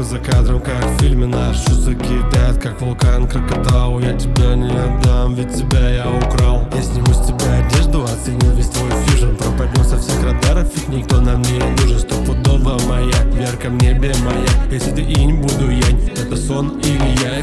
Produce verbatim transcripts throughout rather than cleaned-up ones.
за кадром, как в фильме. Наш чувства кипят, как вулкан Крокотау. Я тебя не отдам, ведь тебя я украл. Я сниму с тебя одежду, оценил весь твой фьюжн. Пропадем со всех радаров, ведь никто нам не нужен. Стопудово моя, в ярком небе моя. Если ты инь, буду янь, это сон или явь.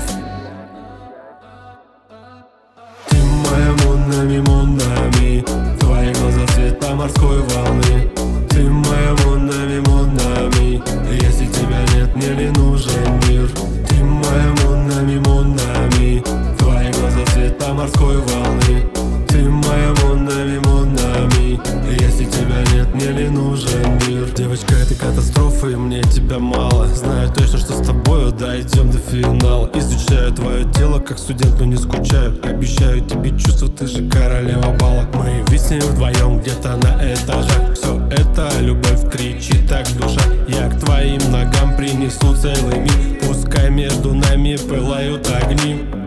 Ты моя Монами, Монами, твои глаза цвета морской волны. Ты моя Монами, Монами, если тебя нет, мне не нужен мир. Ты моя Монами, Монами, твои глаза цвета морской волны. Ты моя Монами, Монами, если тебя нет, мне не нужен мир. Девочка, это катастрофа, и мне тебя мало. Знаю точно, что с тобою дойдем до финала. Изучаю твое тело, как студент, но не скучаю. Обещаю тебе чувства, ты же королева бала. Мы виснем вдвоем где-то на этажах. Все это любовь кричит так душа. Я к твоим ногам принесу целый мир. Пускай между нами пылают огни.